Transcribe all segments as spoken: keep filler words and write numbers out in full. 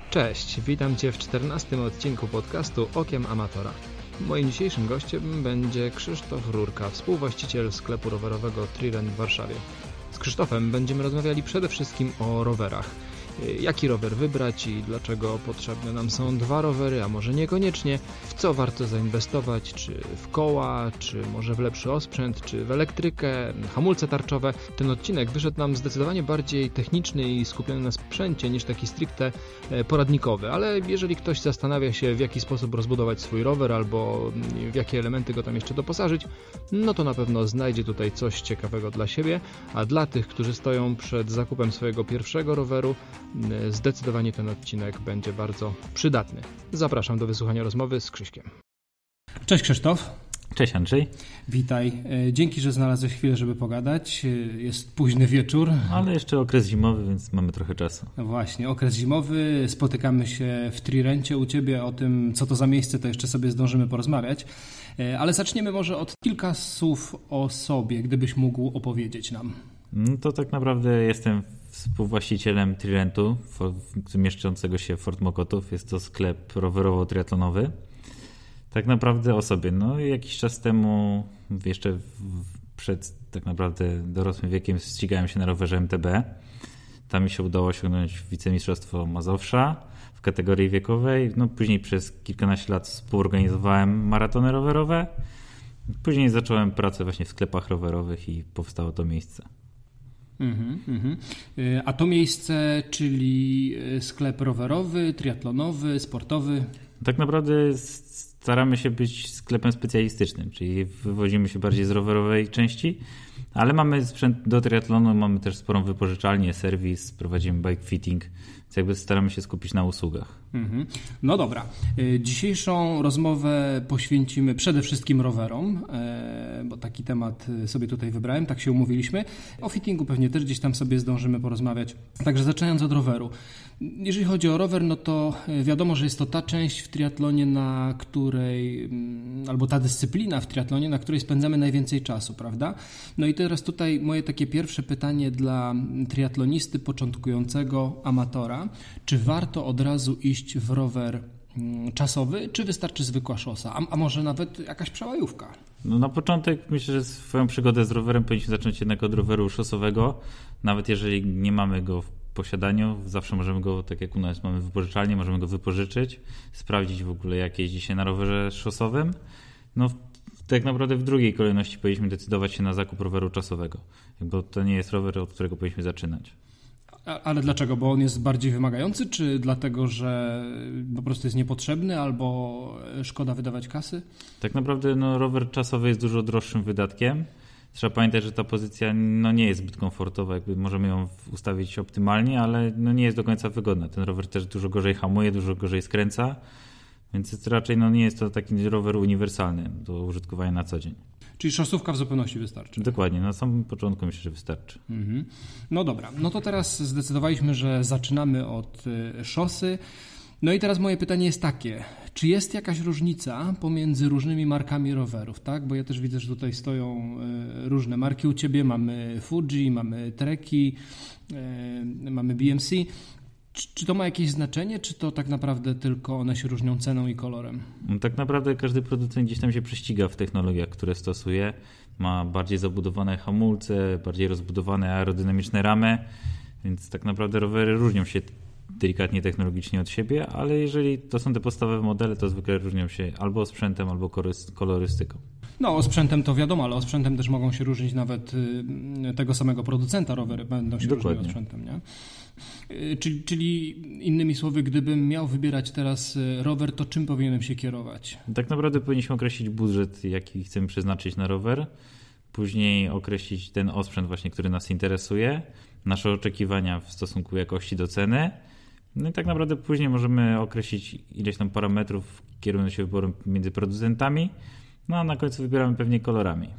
Cześć, witam Cię w czternastym odcinku podcastu Okiem Amatora. Moim dzisiejszym gościem będzie Krzysztof Rurka, współwłaściciel sklepu rowerowego Trirent w Warszawie. Z Krzysztofem będziemy rozmawiali przede wszystkim o rowerach. Jaki rower wybrać i dlaczego potrzebne nam są dwa rowery, a może niekoniecznie, w co warto zainwestować, czy w koła, czy może w lepszy osprzęt, czy w elektrykę, hamulce tarczowe. Ten odcinek wyszedł nam zdecydowanie bardziej techniczny i skupiony na sprzęcie niż taki stricte poradnikowy, ale jeżeli ktoś zastanawia się, w jaki sposób rozbudować swój rower albo w jakie elementy go tam jeszcze doposażyć, no to na pewno znajdzie tutaj coś ciekawego dla siebie, a dla tych, którzy stoją przed zakupem swojego pierwszego roweru, zdecydowanie ten odcinek będzie bardzo przydatny. Zapraszam do wysłuchania rozmowy z Krzyśkiem. Cześć Krzysztof. Cześć Andrzej. Witaj. Dzięki, że znalazłeś chwilę, żeby pogadać. Jest późny wieczór. Ale jeszcze okres zimowy, więc mamy trochę czasu. No właśnie, okres zimowy. Spotykamy się w Trirencie u Ciebie. O tym, co to za miejsce, to jeszcze sobie zdążymy porozmawiać. Ale zaczniemy może od kilka słów o sobie, gdybyś mógł opowiedzieć nam. No to tak naprawdę jestem współwłaścicielem Trirentu, mieszczącego się w Fort Mokotów. Jest to sklep rowerowo-triatlonowy. Tak naprawdę o sobie. No jakiś czas temu, jeszcze przed tak naprawdę dorosłym wiekiem, ścigałem się na rowerze M T B. Tam mi się udało osiągnąć wicemistrzostwo Mazowsza w kategorii wiekowej. No później przez kilkanaście lat współorganizowałem maratony rowerowe. Później zacząłem pracę właśnie w sklepach rowerowych i powstało to miejsce. Mm-hmm, mm-hmm. A to miejsce, czyli sklep rowerowy, triatlonowy, sportowy? Tak naprawdę staramy się być sklepem specjalistycznym, czyli wywozimy się bardziej z rowerowej części, ale mamy sprzęt do triatlonu, mamy też sporą wypożyczalnię, serwis, prowadzimy bike fitting, więc jakby staramy się skupić na usługach. Mm-hmm. No dobra. Dzisiejszą rozmowę poświęcimy przede wszystkim rowerom, bo taki temat sobie tutaj wybrałem, tak się umówiliśmy. O fittingu pewnie też gdzieś tam sobie zdążymy porozmawiać. Także zaczynając od roweru. Jeżeli chodzi o rower, no to wiadomo, że jest to ta część w triatlonie, na której, albo ta dyscyplina w triatlonie, na której spędzamy najwięcej czasu, prawda? No i teraz tutaj moje takie pierwsze pytanie dla triatlonisty początkującego amatora. Czy warto od razu iść w rower czasowy, czy wystarczy zwykła szosa? A, a może nawet jakaś przełajówka? No na początek myślę, że swoją przygodę z rowerem powinniśmy zacząć jednak od roweru szosowego. Nawet jeżeli nie mamy go w posiadaniu, zawsze możemy go, tak jak u nas mamy wypożyczalnię, możemy go wypożyczyć, sprawdzić w ogóle, jak jeździ się na rowerze szosowym. No tak naprawdę w drugiej kolejności powinniśmy decydować się na zakup roweru czasowego, bo to nie jest rower, od którego powinniśmy zaczynać. Ale dlaczego? Bo on jest bardziej wymagający, czy dlatego, że po prostu jest niepotrzebny, albo szkoda wydawać kasy? Tak naprawdę no, rower czasowy jest dużo droższym wydatkiem. Trzeba pamiętać, że ta pozycja no, nie jest zbyt komfortowa, jakby możemy ją ustawić optymalnie, ale no, nie jest do końca wygodna. Ten rower też dużo gorzej hamuje, dużo gorzej skręca, więc raczej no, nie jest to taki rower uniwersalny do użytkowania na co dzień. Czyli szosówka w zupełności wystarczy? Dokładnie, na samym początku myślę, że wystarczy. Mhm. No dobra, no to teraz zdecydowaliśmy, że zaczynamy od szosy. No i teraz moje pytanie jest takie, czy jest jakaś różnica pomiędzy różnymi markami rowerów, tak? Bo ja też widzę, że tutaj stoją różne marki u Ciebie, mamy Fuji, mamy Treki, mamy B M C. Czy to ma jakieś znaczenie, czy to tak naprawdę tylko one się różnią ceną i kolorem? No tak naprawdę każdy producent gdzieś tam się prześciga w technologiach, które stosuje. Ma bardziej zabudowane hamulce, bardziej rozbudowane aerodynamiczne ramy, więc tak naprawdę rowery różnią się delikatnie technologicznie od siebie, ale jeżeli to są te podstawowe modele, to zwykle różnią się albo sprzętem, albo kolorystyką. No, o sprzętem to wiadomo, ale o sprzętem też mogą się różnić nawet tego samego producenta rowery, będą się różnić od sprzętem, nie? Czyli, czyli innymi słowy, gdybym miał wybierać teraz rower, to czym powinienem się kierować? Tak naprawdę powinniśmy określić budżet, jaki chcemy przeznaczyć na rower, później określić ten osprzęt właśnie, który nas interesuje, nasze oczekiwania w stosunku jakości do ceny. No i tak naprawdę później możemy określić ileś tam parametrów, kierując się wyborem między producentami, no a na końcu wybieramy pewnie kolorami.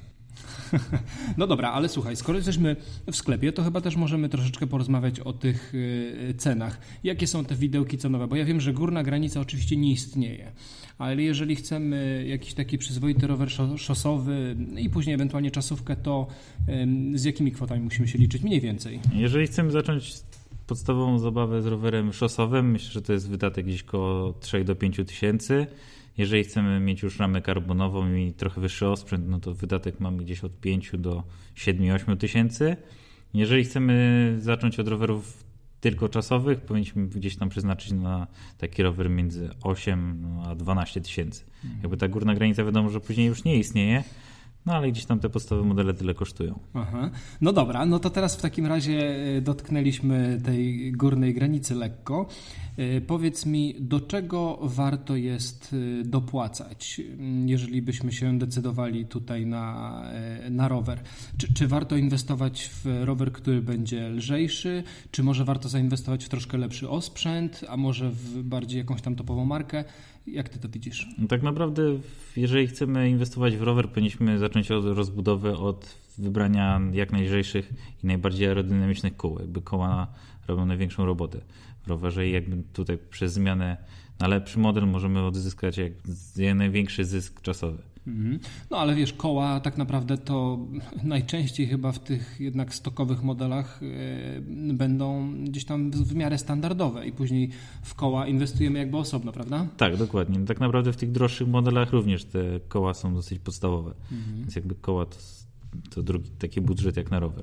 No dobra, ale słuchaj, skoro jesteśmy w sklepie, to chyba też możemy troszeczkę porozmawiać o tych cenach. Jakie są te widełki cenowe? Bo ja wiem, że górna granica oczywiście nie istnieje, ale jeżeli chcemy jakiś taki przyzwoity rower szosowy i później ewentualnie czasówkę, to z jakimi kwotami musimy się liczyć mniej więcej? Jeżeli chcemy zacząć podstawową zabawę z rowerem szosowym, myślę, że to jest wydatek gdzieś około trzy do pięciu tysięcy. Jeżeli chcemy mieć już ramę karbonową i trochę wyższy osprzęt, no to wydatek mamy gdzieś od pięciu do siedmiu, ośmiu tysięcy. Jeżeli chcemy zacząć od rowerów tylko czasowych, powinniśmy gdzieś tam przeznaczyć na taki rower między osiem a dwanaście tysięcy. Mhm. Jakby ta górna granica wiadomo, że później już nie istnieje, no ale gdzieś tam te podstawowe modele tyle kosztują. Aha. No dobra, no to teraz w takim razie dotknęliśmy tej górnej granicy lekko. Powiedz mi, do czego warto jest dopłacać, jeżeli byśmy się decydowali tutaj na, na rower? Czy, czy warto inwestować w rower, który będzie lżejszy? Czy może warto zainwestować w troszkę lepszy osprzęt, a może w bardziej jakąś tam topową markę? Jak ty to widzisz? No tak naprawdę, jeżeli chcemy inwestować w rower, powinniśmy zacząć od rozbudowy, od wybrania jak najlżejszych i najbardziej aerodynamicznych kół. Jakby koła robią największą robotę w rowerze i jakby tutaj przez zmianę na lepszy model możemy odzyskać jak największy zysk czasowy. No ale wiesz, koła tak naprawdę to najczęściej chyba w tych jednak stokowych modelach yy, będą gdzieś tam w miarę standardowe i później w koła inwestujemy jakby osobno, prawda? Tak, dokładnie. No, tak naprawdę w tych droższych modelach również te koła są dosyć podstawowe. Mhm. Więc jakby koła to, to drugi taki budżet jak na rower.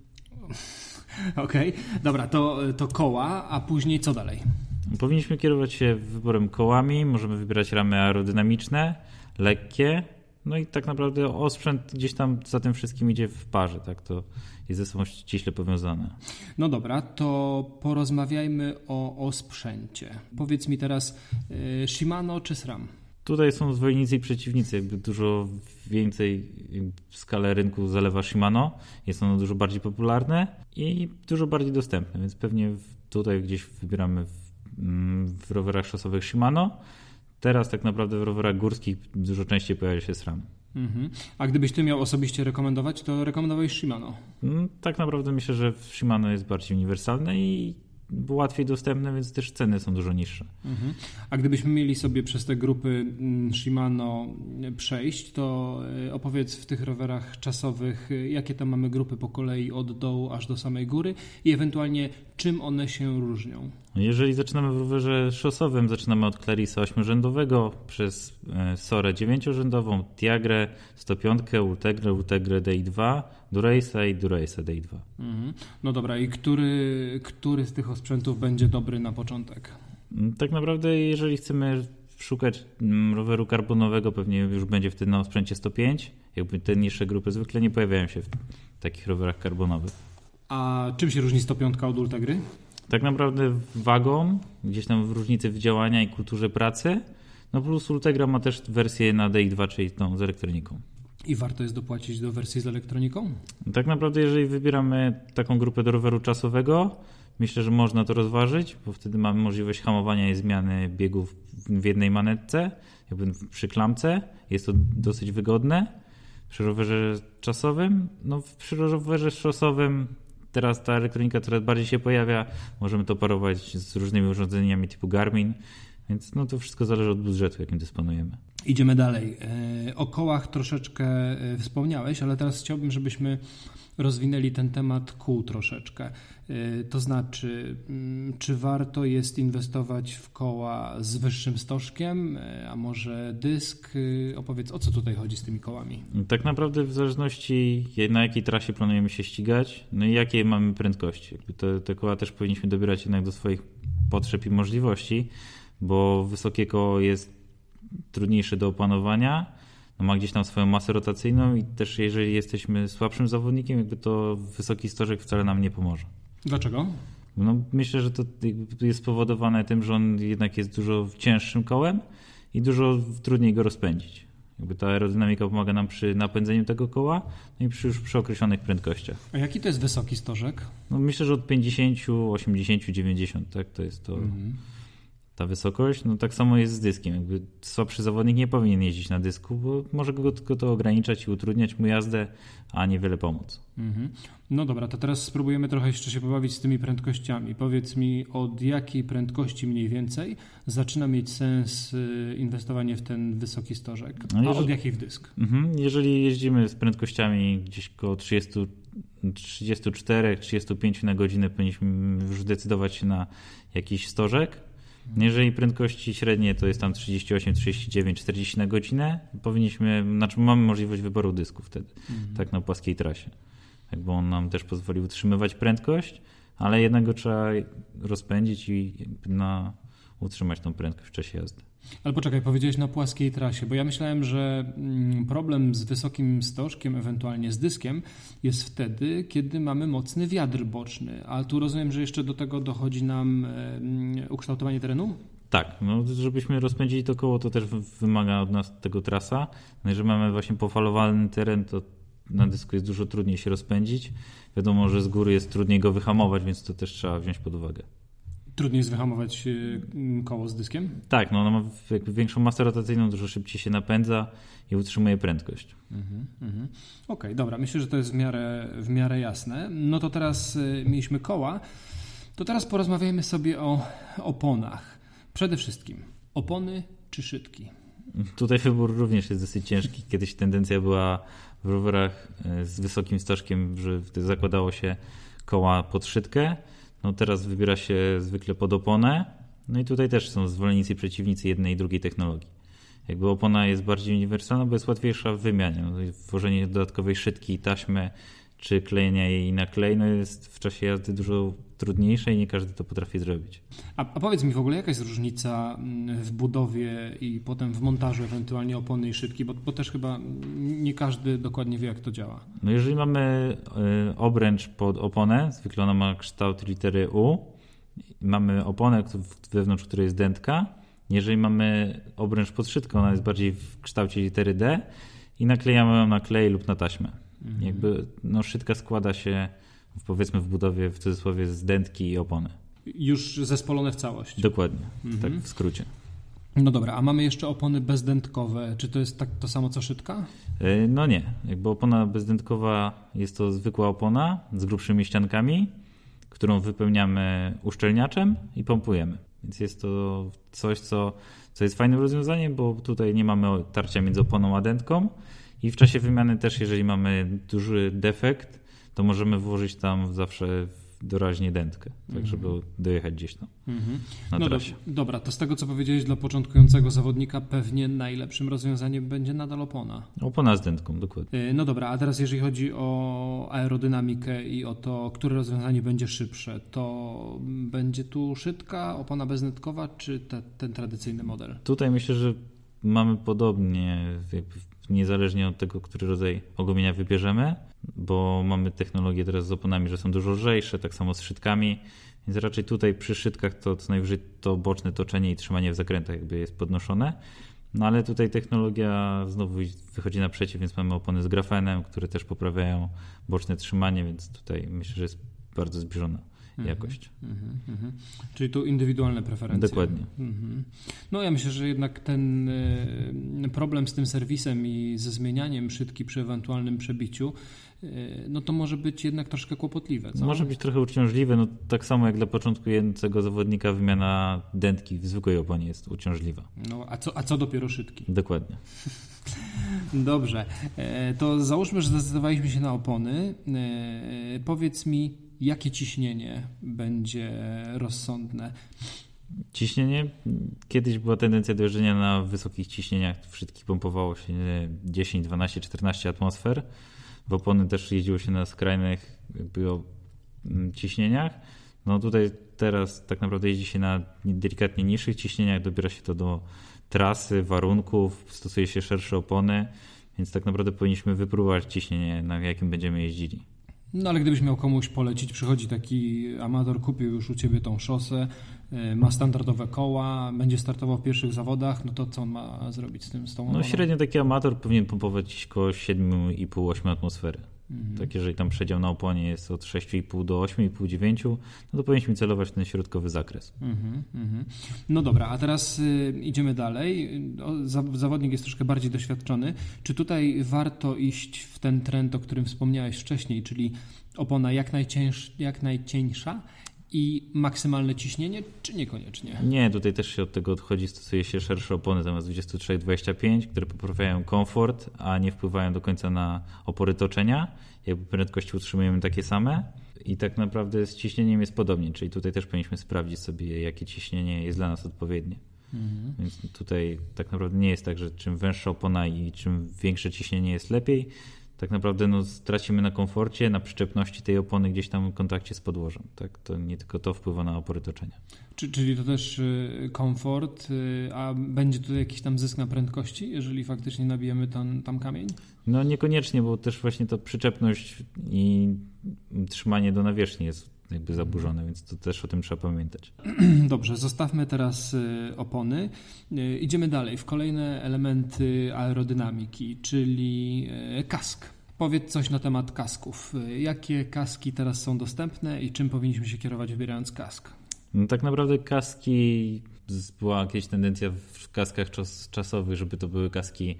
Okej, okay. Dobra, to, to koła, a później co dalej? Powinniśmy kierować się wyborem kołami, możemy wybierać ramy aerodynamiczne, lekkie, no i tak naprawdę osprzęt gdzieś tam za tym wszystkim idzie w parze, tak, to jest ze sobą ściśle powiązane. No dobra, to porozmawiajmy o, o sprzęcie. Powiedz mi teraz, yy, Shimano czy SRAM? Tutaj są zwolennicy i przeciwnicy, jakby dużo więcej w skalę rynku zalewa Shimano, jest ono dużo bardziej popularne i dużo bardziej dostępne, więc pewnie tutaj gdzieś wybieramy w, w rowerach szosowych Shimano. Teraz tak naprawdę w rowerach górskich dużo częściej pojawia się SRAM. Mhm. A gdybyś ty miał osobiście rekomendować, to rekomendowałeś Shimano? Tak naprawdę myślę, że Shimano jest bardziej uniwersalne i łatwiej dostępne, więc też ceny są dużo niższe. Mhm. A gdybyśmy mieli sobie przez te grupy Shimano przejść, to opowiedz w tych rowerach czasowych, jakie tam mamy grupy po kolei od dołu aż do samej góry i ewentualnie czym one się różnią? Jeżeli zaczynamy w rowerze szosowym, zaczynamy od Clarisa ośmiorzędowego przez Sorę dziewięciorzędową, Tiagrę sto pięć, Ultegrę, Ultegrę D I dwa, Durace'a i Durace'a D I dwa. Mhm. No dobra, i który, który z tych osprzętów będzie dobry na początek? Tak naprawdę jeżeli chcemy szukać roweru karbonowego, pewnie już będzie wtedy na osprzęcie sto pięć. Jakby te niższe grupy zwykle nie pojawiają się w takich rowerach karbonowych. A czym się różni sto pięć od Ultegry? Tak naprawdę wagą, gdzieś tam w różnicy w działania i kulturze pracy. No plus Ultegra ma też wersję na D I dwa, czyli tą z elektroniką. I warto jest dopłacić do wersji z elektroniką? Tak naprawdę jeżeli wybieramy taką grupę do roweru czasowego, myślę, że można to rozważyć, bo wtedy mamy możliwość hamowania i zmiany biegów w jednej manetce, jakby przy klamce. Jest to dosyć wygodne. Przy rowerze czasowym, no przy rowerze szosowym teraz ta elektronika coraz bardziej się pojawia. Możemy to parować z różnymi urządzeniami typu Garmin, więc no to wszystko zależy od budżetu, jakim dysponujemy. Idziemy dalej. O kołach troszeczkę wspomniałeś, ale teraz chciałbym, żebyśmy rozwinęli ten temat kół troszeczkę. To znaczy, czy warto jest inwestować w koła z wyższym stożkiem, a może dysk? Opowiedz, o co tutaj chodzi z tymi kołami? Tak naprawdę w zależności na jakiej trasie planujemy się ścigać, no i jakie mamy prędkości. Te, te koła też powinniśmy dobierać jednak do swoich potrzeb i możliwości, bo wysokie koło jest trudniejsze do opanowania, no ma gdzieś tam swoją masę rotacyjną i też jeżeli jesteśmy słabszym zawodnikiem, jakby to wysoki stożek wcale nam nie pomoże. Dlaczego? No, myślę, że to jest spowodowane tym, że on jednak jest dużo cięższym kołem i dużo trudniej go rozpędzić. Jakby ta aerodynamika pomaga nam przy napędzeniu tego koła, no i przy, już przy określonych prędkościach. A jaki to jest wysoki stożek? No, myślę, że od pięćdziesiąt, osiemdziesiąt, dziewięćdziesiąt, tak, to jest to. Mhm. Ta wysokość, no tak samo jest z dyskiem. Jakby słabszy zawodnik nie powinien jeździć na dysku, bo może go tylko to ograniczać i utrudniać mu jazdę, a niewiele pomóc. Mhm. No dobra, to teraz spróbujemy trochę jeszcze się pobawić z tymi prędkościami. Powiedz mi, od jakiej prędkości mniej więcej zaczyna mieć sens inwestowanie w ten wysoki stożek, no jeżeli, a od jakiej w dysk? Mhm. Jeżeli jeździmy z prędkościami gdzieś koło trzydzieści trzydzieści cztery trzydzieści pięć na godzinę powinniśmy już decydować się na jakiś stożek. Jeżeli prędkości średnie to jest tam trzydzieści osiem, trzydzieści dziewięć, czterdzieści na godzinę, powinniśmy, znaczy mamy możliwość wyboru dysku wtedy, mhm. tak na płaskiej trasie. Jakby on nam też pozwoli utrzymywać prędkość, ale jednak go trzeba rozpędzić i na, utrzymać tą prędkość w czasie jazdy. Ale poczekaj, powiedziałeś na płaskiej trasie, bo ja myślałem, że problem z wysokim stożkiem, ewentualnie z dyskiem, jest wtedy, kiedy mamy mocny wiatr boczny. A tu rozumiem, że jeszcze do tego dochodzi nam ukształtowanie terenu? Tak, no żebyśmy rozpędzili to koło, to też wymaga od nas tego trasa. No jeżeli mamy właśnie pofalowany teren, to na dysku jest dużo trudniej się rozpędzić. Wiadomo, że z góry jest trudniej go wyhamować, więc to też trzeba wziąć pod uwagę. Trudniej jest wyhamować koło z dyskiem? Tak, no ono ma jakby większą masę rotacyjną, dużo szybciej się napędza i utrzymuje prędkość. Mhm, mhm. Okej, okay, dobra, myślę, że to jest w miarę, w miarę jasne. No to teraz y, mieliśmy koła, to teraz porozmawiajmy sobie o oponach. Przede wszystkim opony czy szydki? Tutaj wybór również jest dosyć ciężki. Kiedyś tendencja była w rowerach z wysokim stożkiem, że zakładało się koła pod szydkę. No teraz wybiera się zwykle pod oponę. No i tutaj też są zwolennicy i przeciwnicy jednej i drugiej technologii. Jakby opona jest bardziej uniwersalna, bo jest łatwiejsza w wymianie. No, włożenie dodatkowej szydki, taśmy czy klejenia jej na klej no jest w czasie jazdy dużo trudniejsze i nie każdy to potrafi zrobić. A, a powiedz mi w ogóle, jaka jest różnica w budowie i potem w montażu ewentualnie opony i szydki, bo, bo też chyba nie każdy dokładnie wie, jak to działa. No jeżeli mamy y, obręcz pod oponę, zwykle ona ma kształt litery U, mamy oponę wewnątrz której jest dętka. Jeżeli mamy obręcz pod szydką, ona jest bardziej w kształcie litery D i naklejamy ją na klej lub na taśmę. Mhm. Jakby no, szydka składa się powiedzmy w budowie w cudzysłowie z dętki i opony. Już zespolone w całość. Dokładnie, mhm. tak w skrócie. No dobra, a mamy jeszcze opony bezdętkowe. Czy to jest tak to samo co szydka? Yy, no nie. Jakby opona bezdętkowa jest to zwykła opona z grubszymi ściankami, którą wypełniamy uszczelniaczem i pompujemy. Więc jest to coś, co, co jest fajnym rozwiązaniem, bo tutaj nie mamy tarcia między oponą a dętką i w czasie wymiany też, jeżeli mamy duży defekt, to możemy włożyć tam zawsze doraźnie dętkę, tak mm-hmm. żeby dojechać gdzieś tam mm-hmm. na no trasie. Do, dobra, to z tego co powiedziałeś, dla początkującego zawodnika pewnie najlepszym rozwiązaniem będzie nadal opona. Opona z dętką, dokładnie. No dobra, a teraz jeżeli chodzi o aerodynamikę i o to, które rozwiązanie będzie szybsze, to będzie tu szydka, opona bezdętkowa, czy te, ten tradycyjny model? Tutaj myślę, że mamy podobnie, jakby niezależnie od tego, który rodzaj ogumienia wybierzemy, bo mamy technologię teraz z oponami, że są dużo lżejsze, tak samo z szydkami, więc raczej tutaj przy szydkach to co najwyżej to boczne toczenie i trzymanie w zakrętach jakby jest podnoszone, no ale tutaj technologia znowu wychodzi naprzeciw, więc mamy opony z grafenem, które też poprawiają boczne trzymanie, więc tutaj myślę, że jest bardzo zbliżona jakość. Mm-hmm, mm-hmm. Czyli tu indywidualne preferencje. Dokładnie. Mm-hmm. No ja myślę, że jednak ten y, problem z tym serwisem i ze zmienianiem szydki przy ewentualnym przebiciu, y, no to może być jednak troszkę kłopotliwe. Co? Może być trochę uciążliwe, no tak samo jak dla początkującego zawodnika wymiana dętki w zwykłej oponie jest uciążliwa. No a co, a co dopiero szydki? Dokładnie. Dobrze, to załóżmy, że zdecydowaliśmy się na opony. Powiedz mi, jakie ciśnienie będzie rozsądne? Ciśnienie? Kiedyś była tendencja do jeżdżenia na wysokich ciśnieniach. W szydkich pompowało się dziesięć, dwanaście, czternaście atmosfer. W opony też jeździło się na skrajnych jakby o ciśnieniach. No tutaj teraz tak naprawdę jeździ się na delikatnie niższych ciśnieniach. Dobiera się to do trasy, warunków, stosuje się szersze opony, więc tak naprawdę powinniśmy wypróbować ciśnienie, na jakim będziemy jeździli. No ale gdybyś miał komuś polecić, przychodzi taki amator, kupił już u Ciebie tą szosę, ma standardowe koła, będzie startował w pierwszych zawodach, no to co on ma zrobić z tym, z tą oponą? No średnio taki amator powinien pompować koło siedem i pół do ośmiu atmosfery. Mhm. Tak, jeżeli tam przedział na oponie jest od sześć i pół do osiem i pół do dziewięciu, no to powinniśmy celować w ten środkowy zakres. Mhm, mhm. No dobra, a teraz y, idziemy dalej. O, za, zawodnik jest troszkę bardziej doświadczony. Czy tutaj warto iść w ten trend, o którym wspomniałeś wcześniej, czyli opona jak, najcięż, jak najcieńsza i maksymalne ciśnienie, czy niekoniecznie? Nie, tutaj też się od tego odchodzi, stosuje się szersze opony zamiast dwadzieścia trzy dwadzieścia pięć, które poprawiają komfort, a nie wpływają do końca na opory toczenia. Jakby prędkości utrzymujemy takie same i tak naprawdę z ciśnieniem jest podobnie, czyli tutaj też powinniśmy sprawdzić sobie, jakie ciśnienie jest dla nas odpowiednie. Mhm. Więc tutaj tak naprawdę nie jest tak, że czym węższa opona i czym większe ciśnienie jest lepiej. Tak naprawdę no, stracimy na komforcie, na przyczepności tej opony gdzieś tam w kontakcie z podłożem. Tak? To nie tylko to wpływa na opory toczenia. Czyli to też komfort, a będzie tutaj jakiś tam zysk na prędkości, jeżeli faktycznie nabijemy tam, tam kamień? No niekoniecznie, bo też właśnie to przyczepność i trzymanie do nawierzchni jest jakby zaburzone, więc to też o tym trzeba pamiętać. Dobrze, zostawmy teraz opony. Idziemy dalej w kolejne elementy aerodynamiki, czyli kask. Powiedz coś na temat kasków. Jakie kaski teraz są dostępne i czym powinniśmy się kierować, wybierając kask? No tak naprawdę kaski, była jakaś tendencja w kaskach czas, czasowych, żeby to były kaski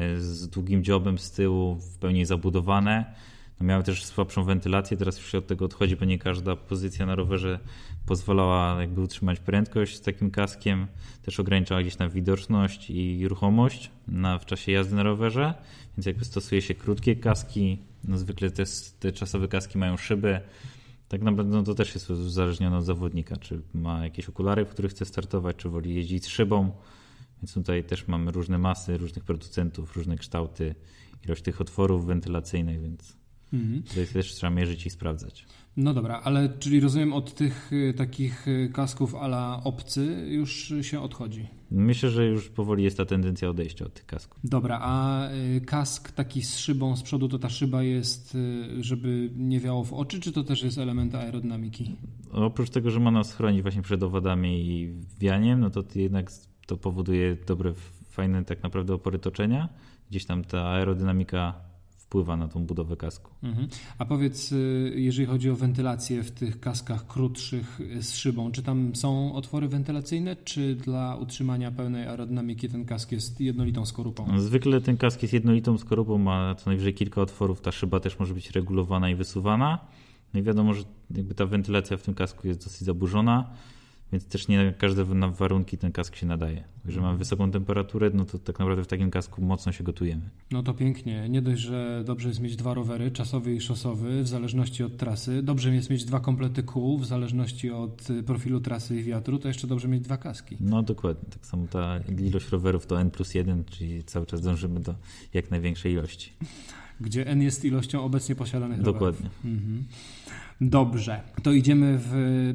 z długim dziobem z tyłu, w pełni zabudowane. No miały też słabszą wentylację, teraz już się od tego odchodzi, bo nie każda pozycja na rowerze pozwalała jakby utrzymać prędkość z takim kaskiem. Też ograniczała gdzieś tam widoczność i ruchomość na, w czasie jazdy na rowerze, więc jakby stosuje się krótkie kaski. No zwykle te, te czasowe kaski mają szyby. Tak naprawdę no to też jest uzależnione od zawodnika, czy ma jakieś okulary, w których chce startować, czy woli jeździć z szybą. Więc tutaj też mamy różne masy, różnych producentów, różne kształty, ilość tych otworów wentylacyjnych, więc mhm. tutaj też trzeba mierzyć i sprawdzać. No dobra, ale czyli rozumiem, od tych takich kasków a la obcy już się odchodzi? Myślę, że już powoli jest ta tendencja odejścia od tych kasków. Dobra, a kask taki z szybą z przodu, to ta szyba jest, żeby nie wiało w oczy, czy to też jest element aerodynamiki? Oprócz tego, że ma nas chronić właśnie przed owadami i wianiem, no to jednak to powoduje dobre, fajne tak naprawdę opory toczenia. Gdzieś tam ta aerodynamika wpływa na tą budowę kasku. Mhm. A powiedz, jeżeli chodzi o wentylację w tych kaskach krótszych z szybą, czy tam są otwory wentylacyjne, czy dla utrzymania pełnej aerodynamiki ten kask jest jednolitą skorupą? No, zwykle ten kask jest jednolitą skorupą, ma co najwyżej kilka otworów, ta szyba też może być regulowana i wysuwana. No i wiadomo, że jakby ta wentylacja w tym kasku jest dosyć zaburzona, więc też nie na każde warunki ten kask się nadaje. Jeżeli mamy wysoką temperaturę, no to tak naprawdę w takim kasku mocno się gotujemy. No to pięknie. Nie dość, że dobrze jest mieć dwa rowery, czasowy i szosowy, w zależności od trasy. Dobrze jest mieć dwa komplety kół, w zależności od profilu trasy i wiatru, to jeszcze dobrze mieć dwa kaski. No dokładnie. Tak samo ta ilość rowerów to N plus jeden, czyli cały czas dążymy do jak największej ilości. Gdzie N jest ilością obecnie posiadanych rowerów. Dokładnie. Mhm. Dobrze, to idziemy w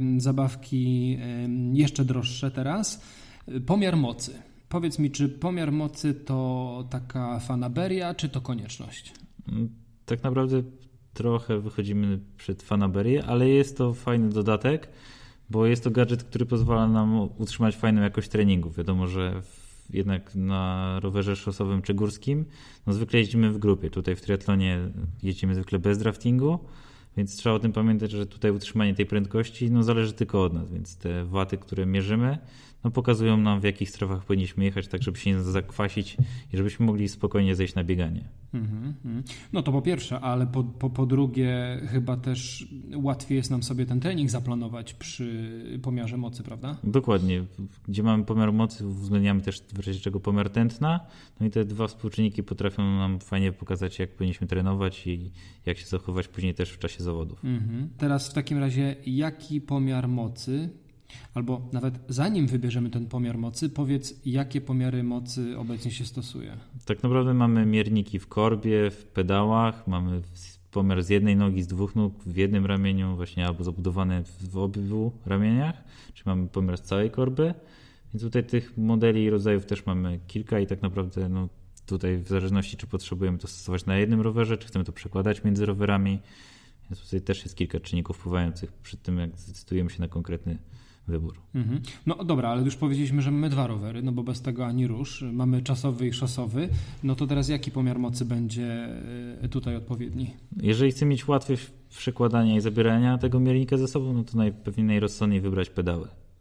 zabawki jeszcze droższe teraz. Pomiar mocy. Powiedz mi, czy pomiar mocy to taka fanaberia, czy to konieczność? Tak naprawdę trochę wychodzimy przed fanaberię, ale jest to fajny dodatek, bo jest to gadżet, który pozwala nam utrzymać fajną jakość treningu. Wiadomo, że jednak na rowerze szosowym czy górskim no zwykle jeździmy w grupie. Tutaj w triatlonie jeździmy zwykle bez draftingu, więc trzeba o tym pamiętać, że tutaj utrzymanie tej prędkości no zależy tylko od nas, więc te waty, które mierzymy, no pokazują nam, w jakich strefach powinniśmy jechać, tak żeby się nie zakwasić i żebyśmy mogli spokojnie zejść na bieganie. Mm-hmm. No to po pierwsze, ale po, po, po drugie chyba też łatwiej jest nam sobie ten trening zaplanować przy pomiarze mocy, prawda? Dokładnie. Gdzie mamy pomiar mocy, uwzględniamy też w razie czego pomiar tętna, no i te dwa współczynniki potrafią nam fajnie pokazać, jak powinniśmy trenować i jak się zachować później też w czasie zawodów. Mm-hmm. Teraz w takim razie jaki pomiar mocy, albo nawet zanim wybierzemy ten pomiar mocy, powiedz, jakie pomiary mocy obecnie się stosuje? Tak naprawdę mamy mierniki w korbie, w pedałach, mamy pomiar z jednej nogi, z dwóch nóg, w jednym ramieniu, właśnie albo zabudowane w obu ramieniach, czyli mamy pomiar z całej korby, więc tutaj tych modeli i rodzajów też mamy kilka i tak naprawdę no, tutaj w zależności, czy potrzebujemy to stosować na jednym rowerze, czy chcemy to przekładać między rowerami, więc tutaj też jest kilka czynników wpływających przy tym, jak zdecydujemy się na konkretny wybór. Mhm. No dobra, ale już powiedzieliśmy, że mamy dwa rowery, no bo bez tego ani rusz. Mamy czasowy i szosowy. No to teraz jaki pomiar mocy będzie tutaj odpowiedni? Jeżeli chcemy mieć łatwość przekładania i zabierania tego miernika ze sobą, no to najpewniej najrozsądniej wybrać pedały.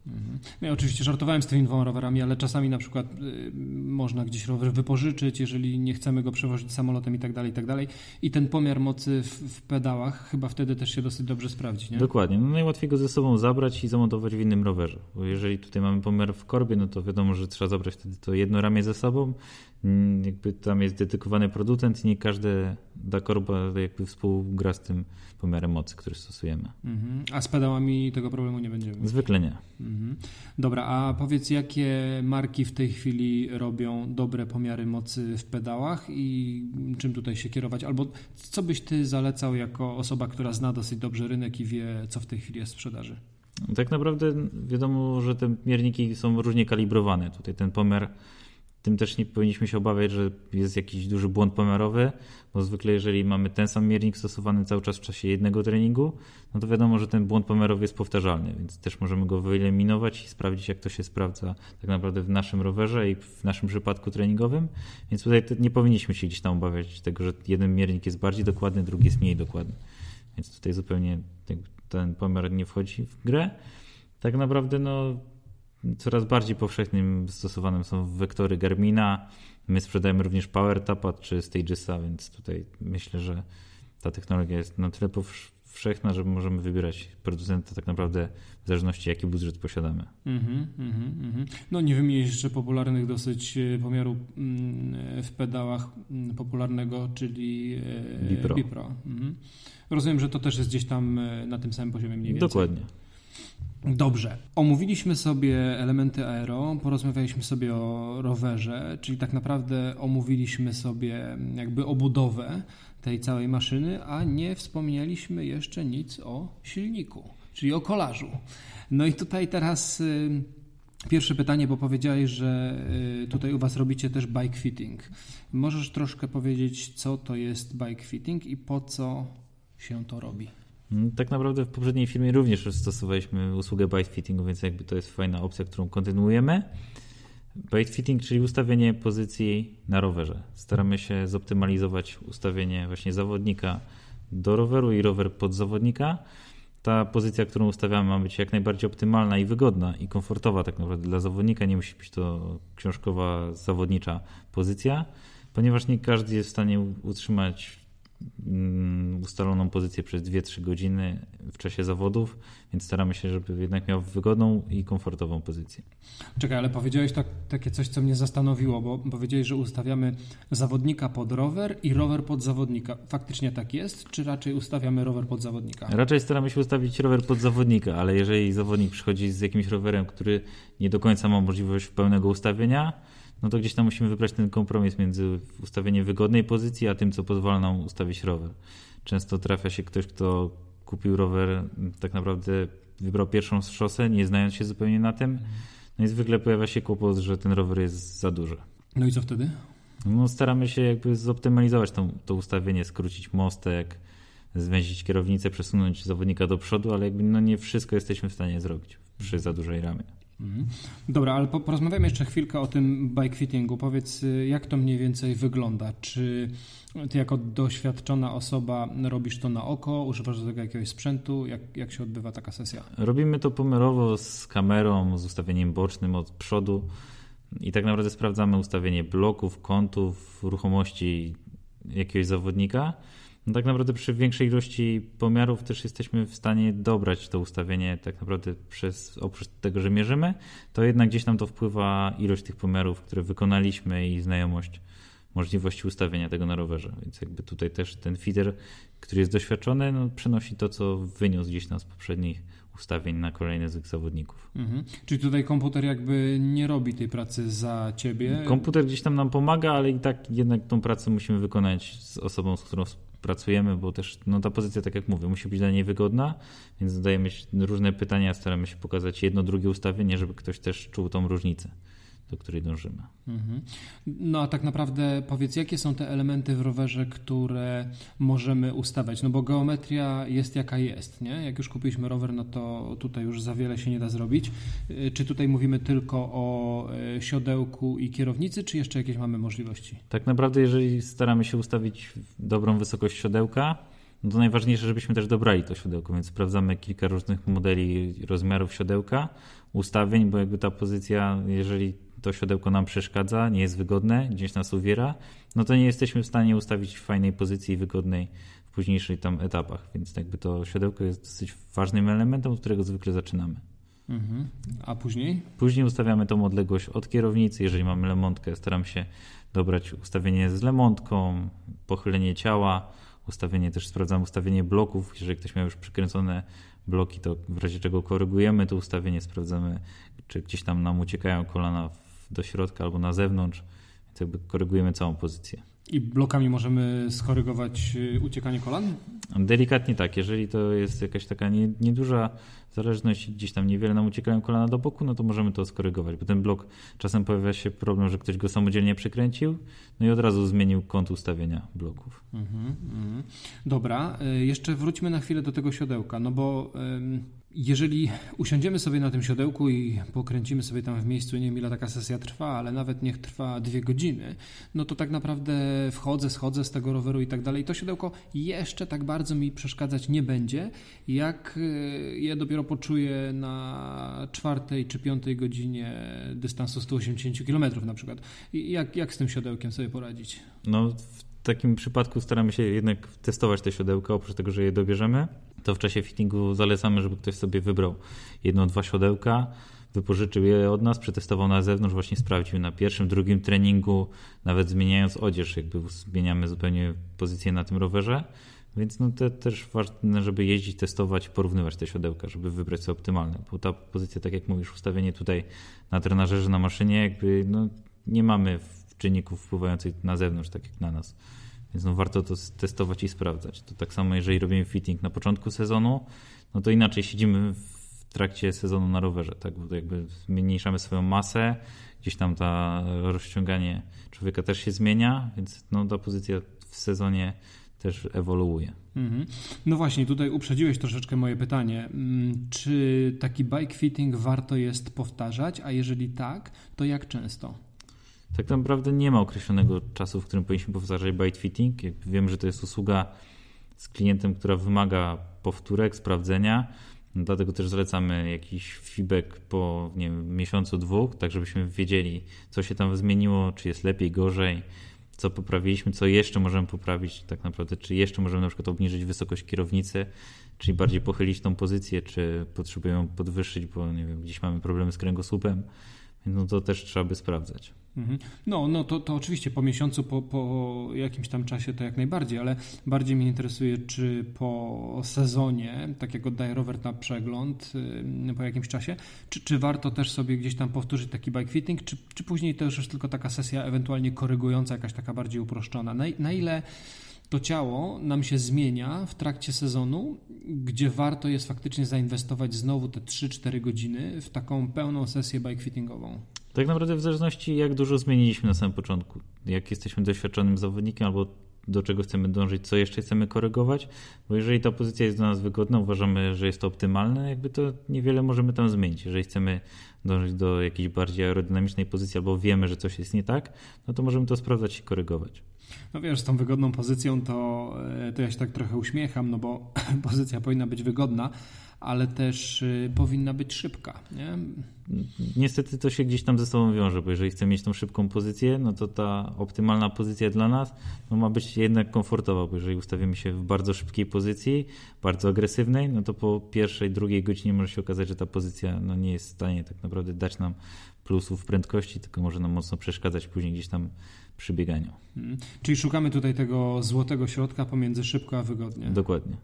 Mhm. Ja oczywiście żartowałem z tymi dwoma rowerami, ale czasami na przykład y, można gdzieś rower wypożyczyć, jeżeli nie chcemy go przewozić samolotem i tak dalej, i tak dalej. I ten pomiar mocy w, w pedałach chyba wtedy też się dosyć dobrze sprawdzi, nie? Dokładnie. No najłatwiej go ze sobą zabrać i zamontować w innym rowerze. Bo jeżeli tutaj mamy pomiar w korbie, no to wiadomo, że trzeba zabrać wtedy to jedno ramię ze sobą. Jakby tam jest dedykowany producent i nie każda korba jakby współgra z tym pomiarem mocy, który stosujemy. Mhm. A z pedałami tego problemu nie będziemy? Zwykle nie. Mhm. Dobra, a powiedz, jakie marki w tej chwili robią dobre pomiary mocy w pedałach i czym tutaj się kierować? Albo co byś ty zalecał jako osoba, która zna dosyć dobrze rynek i wie, co w tej chwili jest w sprzedaży? Tak naprawdę wiadomo, że te mierniki są różnie kalibrowane. Tutaj ten pomiar, tym też nie powinniśmy się obawiać, że jest jakiś duży błąd pomiarowy, bo zwykle jeżeli mamy ten sam miernik stosowany cały czas w czasie jednego treningu, no to wiadomo, że ten błąd pomiarowy jest powtarzalny, więc też możemy go wyeliminować i sprawdzić, jak to się sprawdza tak naprawdę w naszym rowerze i w naszym przypadku treningowym, więc tutaj nie powinniśmy się gdzieś tam obawiać tego, że jeden miernik jest bardziej dokładny, drugi jest mniej dokładny, więc tutaj zupełnie ten pomiar nie wchodzi w grę. Tak naprawdę no coraz bardziej powszechnym stosowanym są wektory Garmina. My sprzedajemy również PowerTapa czy Stagesa, więc tutaj myślę, że ta technologia jest na tyle powszechna, że możemy wybierać producenta tak naprawdę w zależności jaki budżet posiadamy. Mm-hmm, mm-hmm. No nie wymienisz jeszcze popularnych dosyć pomiaru w pedałach popularnego, czyli Bipro. Bipro. Mm-hmm. Rozumiem, że to też jest gdzieś tam na tym samym poziomie mniej więcej. Dokładnie. Dobrze. Omówiliśmy sobie elementy aero, porozmawialiśmy sobie o rowerze, czyli tak naprawdę omówiliśmy sobie jakby obudowę tej całej maszyny, a nie wspomnieliśmy jeszcze nic o silniku, czyli o kolarzu. No i tutaj teraz y, pierwsze pytanie, bo powiedziałeś, że y, tutaj u was robicie też bike fitting. Możesz troszkę powiedzieć, co to jest bike fitting i po co się to robi? Tak naprawdę w poprzedniej firmie również stosowaliśmy usługę bike fittingu, więc jakby to jest fajna opcja, którą kontynuujemy. Bike fitting, czyli ustawienie pozycji na rowerze. Staramy się zoptymalizować ustawienie właśnie zawodnika do roweru i rower pod zawodnika. Ta pozycja, którą ustawiamy, ma być jak najbardziej optymalna i wygodna i komfortowa tak naprawdę dla zawodnika. Nie musi być to książkowa, zawodnicza pozycja, ponieważ nie każdy jest w stanie utrzymać ustaloną pozycję przez dwie trzy godziny w czasie zawodów, więc staramy się, żeby jednak miał wygodną i komfortową pozycję. Czekaj, ale powiedziałeś tak, takie coś, co mnie zastanowiło, bo powiedziałeś, że ustawiamy zawodnika pod rower i rower pod zawodnika. Faktycznie tak jest, czy raczej ustawiamy rower pod zawodnika? Raczej staramy się ustawić rower pod zawodnika, ale jeżeli zawodnik przychodzi z jakimś rowerem, który nie do końca ma możliwość pełnego ustawienia, no to gdzieś tam musimy wybrać ten kompromis między ustawieniem wygodnej pozycji, a tym, co pozwala nam ustawić rower. Często trafia się ktoś, kto kupił rower, tak naprawdę wybrał pierwszą szosę, nie znając się zupełnie na tym, no i zwykle pojawia się kłopot, że ten rower jest za duży. No i co wtedy? No staramy się jakby zoptymalizować to, to ustawienie, skrócić mostek, zwęzić kierownicę, przesunąć zawodnika do przodu, ale jakby no nie wszystko jesteśmy w stanie zrobić przy za dużej ramie. Mhm. Dobra, ale porozmawiamy jeszcze chwilkę o tym bike fittingu. Powiedz, jak to mniej więcej wygląda? Czy ty jako doświadczona osoba robisz to na oko, używasz do tego jakiegoś sprzętu? Jak, jak się odbywa taka sesja? Robimy to pomiarowo z kamerą, z ustawieniem bocznym od przodu i tak naprawdę sprawdzamy ustawienie bloków, kątów, ruchomości jakiegoś zawodnika. No tak naprawdę przy większej ilości pomiarów też jesteśmy w stanie dobrać to ustawienie tak naprawdę przez, oprócz tego, że mierzymy, to jednak gdzieś nam to wpływa ilość tych pomiarów, które wykonaliśmy i znajomość możliwości ustawienia tego na rowerze. Więc jakby tutaj też ten fitter, który jest doświadczony, no przenosi to, co wyniósł gdzieś tam z poprzednich ustawień na kolejne z zawodników. Mhm. Czyli tutaj komputer jakby nie robi tej pracy za ciebie? Komputer gdzieś tam nam pomaga, ale i tak jednak tą pracę musimy wykonać z osobą, z którą pracujemy, bo też no, ta pozycja, tak jak mówię, musi być dla niej wygodna, więc zadajemy różne pytania, staramy się pokazać jedno, drugie ustawienie, żeby ktoś też czuł tą różnicę, do której dążymy. Mhm. No a tak naprawdę powiedz, jakie są te elementy w rowerze, które możemy ustawiać? No bo geometria jest jaka jest, nie? Jak już kupiliśmy rower, no to tutaj już za wiele się nie da zrobić. Czy tutaj mówimy tylko o siodełku i kierownicy, czy jeszcze jakieś mamy możliwości? Tak naprawdę, jeżeli staramy się ustawić dobrą wysokość siodełka, no to najważniejsze, żebyśmy też dobrali to siodełko, więc sprawdzamy kilka różnych modeli, rozmiarów siodełka, ustawień, bo jakby ta pozycja, jeżeli to siodełko nam przeszkadza, nie jest wygodne, gdzieś nas uwiera, no to nie jesteśmy w stanie ustawić w fajnej pozycji wygodnej w późniejszych tam etapach, więc jakby to siodełko jest dosyć ważnym elementem, od którego zwykle zaczynamy. Mhm. A później? Później ustawiamy tą odległość od kierownicy. Jeżeli mamy lemontkę, staram się dobrać ustawienie z lemontką, pochylenie ciała, ustawienie też sprawdzam ustawienie bloków. Jeżeli ktoś miał już przykręcone bloki, to w razie czego korygujemy to ustawienie, sprawdzamy, czy gdzieś tam nam uciekają kolana do środka albo na zewnątrz, więc jakby korygujemy całą pozycję. I blokami możemy skorygować uciekanie kolan? Delikatnie tak. Jeżeli to jest jakaś taka nie, nieduża zależność, gdzieś tam niewiele nam uciekają kolana do boku, no to możemy to skorygować, bo ten blok czasem pojawia się problem, że ktoś go samodzielnie przykręcił, no i od razu zmienił kąt ustawienia bloków. Mhm, mhm. Dobra, jeszcze wróćmy na chwilę do tego siodełka, no bo jeżeli usiądziemy sobie na tym siodełku i pokręcimy sobie tam w miejscu, nie wiem ile taka sesja trwa, ale nawet niech trwa dwie godziny, no to tak naprawdę wchodzę, schodzę z tego roweru i tak dalej. To siodełko jeszcze tak bardzo mi przeszkadzać nie będzie, jak je dopiero poczuję na czwartej czy piątej godzinie dystansu sto osiemdziesiąt kilometrów na przykład. I jak, jak z tym siodełkiem sobie poradzić? No w takim przypadku staramy się jednak testować te siodełka, oprócz tego, że je dobierzemy, to w czasie fittingu zalecamy, żeby ktoś sobie wybrał jedno, dwa siodełka, wypożyczył je od nas, przetestował na zewnątrz, właśnie sprawdził na pierwszym, drugim treningu, nawet zmieniając odzież, jakby zmieniamy zupełnie pozycję na tym rowerze, więc no to też ważne, żeby jeździć, testować, porównywać te siodełka, żeby wybrać co optymalne, bo ta pozycja, tak jak mówisz, ustawienie tutaj na trenażerze, na maszynie, jakby no nie mamy czynników wpływających na zewnątrz, tak jak na nas. Więc no warto to testować i sprawdzać. To tak samo, jeżeli robimy fitting na początku sezonu, no to inaczej siedzimy w trakcie sezonu na rowerze, tak? Bo to jakby zmniejszamy swoją masę, gdzieś tam ta rozciąganie człowieka też się zmienia, więc no ta pozycja w sezonie też ewoluuje. Mhm. No właśnie, tutaj uprzedziłeś troszeczkę moje pytanie. Czy taki bike fitting warto jest powtarzać, a jeżeli tak, to jak często? Tak naprawdę nie ma określonego czasu, w którym powinniśmy powtarzać bike fitting. Wiem, że to jest usługa z klientem, która wymaga powtórek, sprawdzenia. Dlatego też zalecamy jakiś feedback po nie wiem, miesiącu, dwóch, tak żebyśmy wiedzieli, co się tam zmieniło, czy jest lepiej, gorzej, co poprawiliśmy, co jeszcze możemy poprawić tak naprawdę, czy jeszcze możemy na przykład obniżyć wysokość kierownicy, czyli bardziej pochylić tą pozycję, czy potrzebujemy ją podwyższyć, bo nie wiem, gdzieś mamy problemy z kręgosłupem. No to też trzeba by sprawdzać. No, no to, to oczywiście po miesiącu, po, po jakimś tam czasie to jak najbardziej, ale bardziej mnie interesuje, czy po sezonie, tak jak oddaję rower na przegląd po jakimś czasie, czy, czy warto też sobie gdzieś tam powtórzyć taki bike fitting, czy, czy później to już jest tylko taka sesja ewentualnie korygująca, jakaś taka bardziej uproszczona. Na, na ile to ciało nam się zmienia w trakcie sezonu, gdzie warto jest faktycznie zainwestować znowu te trzy cztery godziny w taką pełną sesję bike fittingową? Tak naprawdę w zależności jak dużo zmieniliśmy na samym początku. Jak jesteśmy doświadczonym zawodnikiem albo do czego chcemy dążyć, co jeszcze chcemy korygować, bo jeżeli ta pozycja jest dla nas wygodna, uważamy, że jest to optymalne, jakby to niewiele możemy tam zmienić. Jeżeli chcemy dążyć do jakiejś bardziej aerodynamicznej pozycji albo wiemy, że coś jest nie tak, no to możemy to sprawdzać i korygować. No wiesz, z tą wygodną pozycją to, to ja się tak trochę uśmiecham, no bo pozycja powinna być wygodna, ale też y, powinna być szybka, nie? Niestety to się gdzieś tam ze sobą wiąże, bo jeżeli chcemy mieć tą szybką pozycję, no to ta optymalna pozycja dla nas no ma być jednak komfortowa, bo jeżeli ustawimy się w bardzo szybkiej pozycji, bardzo agresywnej, no to po pierwszej, drugiej godzinie może się okazać, że ta pozycja no nie jest w stanie tak naprawdę dać nam plusów w prędkości, tylko może nam mocno przeszkadzać później gdzieś tam przy bieganiu. Hmm. Czyli szukamy tutaj tego złotego środka pomiędzy szybko a wygodnie. Dokładnie.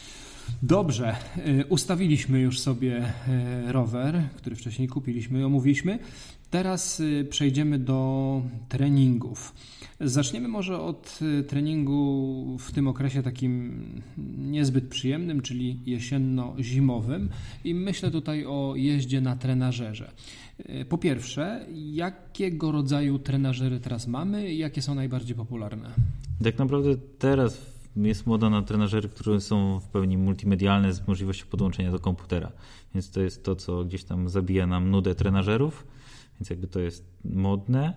Dobrze, ustawiliśmy już sobie rower, który wcześniej kupiliśmy i omówiliśmy. Teraz przejdziemy do treningów. Zaczniemy może od treningu w tym okresie takim niezbyt przyjemnym, czyli jesienno-zimowym i myślę tutaj o jeździe na trenażerze. Po pierwsze, jakiego rodzaju trenażery teraz mamy i jakie są najbardziej popularne? Tak naprawdę teraz jest moda na trenażery, które są w pełni multimedialne z możliwością podłączenia do komputera. Więc to jest to, co gdzieś tam zabija nam nudę trenażerów, więc jakby to jest modne.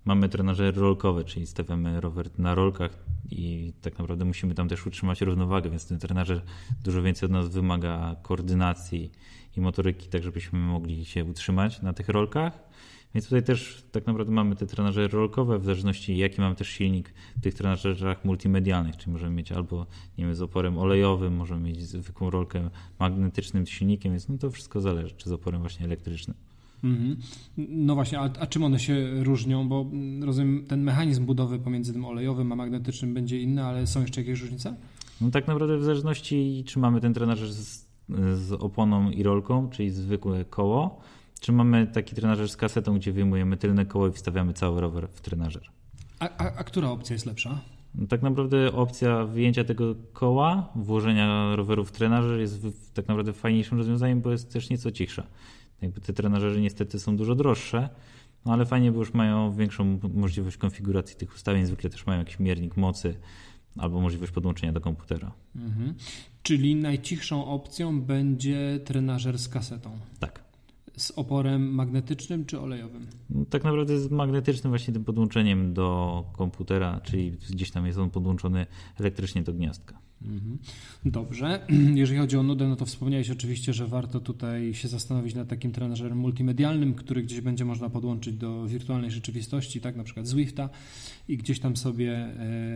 mamy trenażery rolkowe, czyli stawiamy rower na rolkach i tak naprawdę musimy tam też utrzymać równowagę, więc ten trenażer dużo więcej od nas wymaga koordynacji i motoryki, tak żebyśmy mogli się utrzymać na tych rolkach. Więc tutaj też tak naprawdę mamy te trenażery rolkowe, w zależności jaki mamy też silnik w tych trenażerach multimedialnych, czyli możemy mieć albo nie wiem, z oporem olejowym, możemy mieć zwykłą rolkę magnetycznym silnikiem, więc no to wszystko zależy, czy z oporem właśnie elektrycznym. Mm-hmm. No właśnie, a, a czym one się różnią? Bo rozumiem, ten mechanizm budowy pomiędzy tym olejowym a magnetycznym będzie inny, ale są jeszcze jakieś różnice? No tak naprawdę w zależności, czy mamy ten trenażer z, z oponą i rolką, czyli zwykłe koło, czy mamy taki trenażer z kasetą, gdzie wyjmujemy tylne koło i wstawiamy cały rower w trenażer. A, a, a która opcja jest lepsza? No tak naprawdę opcja wyjęcia tego koła, włożenia roweru w trenażer jest w, tak naprawdę fajniejszym rozwiązaniem, bo jest też nieco cichsza. Jakby te trenażery niestety są dużo droższe, no ale fajnie, bo już mają większą możliwość konfiguracji tych ustawień, zwykle też mają jakiś miernik mocy albo możliwość podłączenia do komputera. Mhm. Czyli najcichszą opcją będzie trenażer z kasetą? Tak. Z oporem magnetycznym czy olejowym? No, tak naprawdę z magnetycznym właśnie tym podłączeniem do komputera, czyli gdzieś tam jest on podłączony elektrycznie do gniazdka. Dobrze. Jeżeli chodzi o nudę, no to wspomniałeś oczywiście, że warto tutaj się zastanowić nad takim trenażerem multimedialnym, który gdzieś będzie można podłączyć do wirtualnej rzeczywistości, tak, na przykład Zwifta i gdzieś tam sobie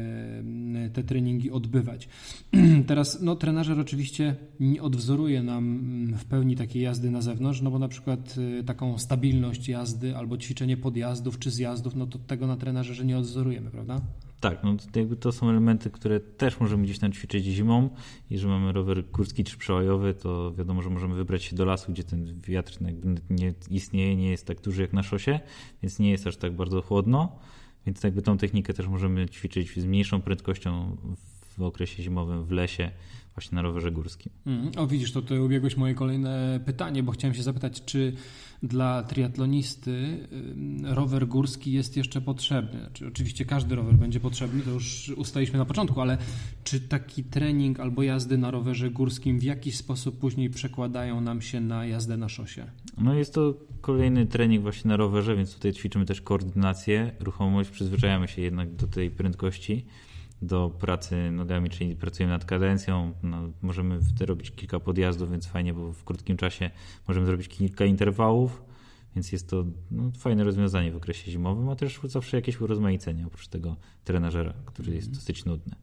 te treningi odbywać. Teraz no, trenażer oczywiście nie odwzoruje nam w pełni takiej jazdy na zewnątrz, no bo na przykład taką stabilność jazdy albo ćwiczenie podjazdów czy zjazdów, no to tego na trenażerze nie odwzorujemy, prawda? Tak, no to, jakby to są elementy, które też możemy gdzieś tam ćwiczyć zimą. Jeżeli mamy rower górski czy przełajowy, to wiadomo, że możemy wybrać się do lasu, gdzie ten wiatr jakby nie istnieje, nie jest tak duży jak na szosie, więc nie jest aż tak bardzo chłodno. Więc jakby tą technikę też możemy ćwiczyć z mniejszą prędkością w okresie zimowym w lesie, właśnie na rowerze górskim. Mm, o widzisz, to tutaj ubiegłeś moje kolejne pytanie, bo chciałem się zapytać, czy dla triatlonisty rower górski jest jeszcze potrzebny? Znaczy, oczywiście każdy rower będzie potrzebny, to już ustaliliśmy na początku, ale czy taki trening albo jazdy na rowerze górskim w jakiś sposób później przekładają nam się na jazdę na szosie? No jest to kolejny trening właśnie na rowerze, więc tutaj ćwiczymy też koordynację, ruchomość, przyzwyczajamy się jednak do tej prędkości, do pracy nogami, czyli pracujemy nad kadencją, no, możemy wtedy robić kilka podjazdów, więc fajnie, bo w krótkim czasie możemy zrobić kilka interwałów, więc jest to no, fajne rozwiązanie w okresie zimowym, a też zawsze jakieś urozmaicenie oprócz tego trenażera, który jest dosyć nudny.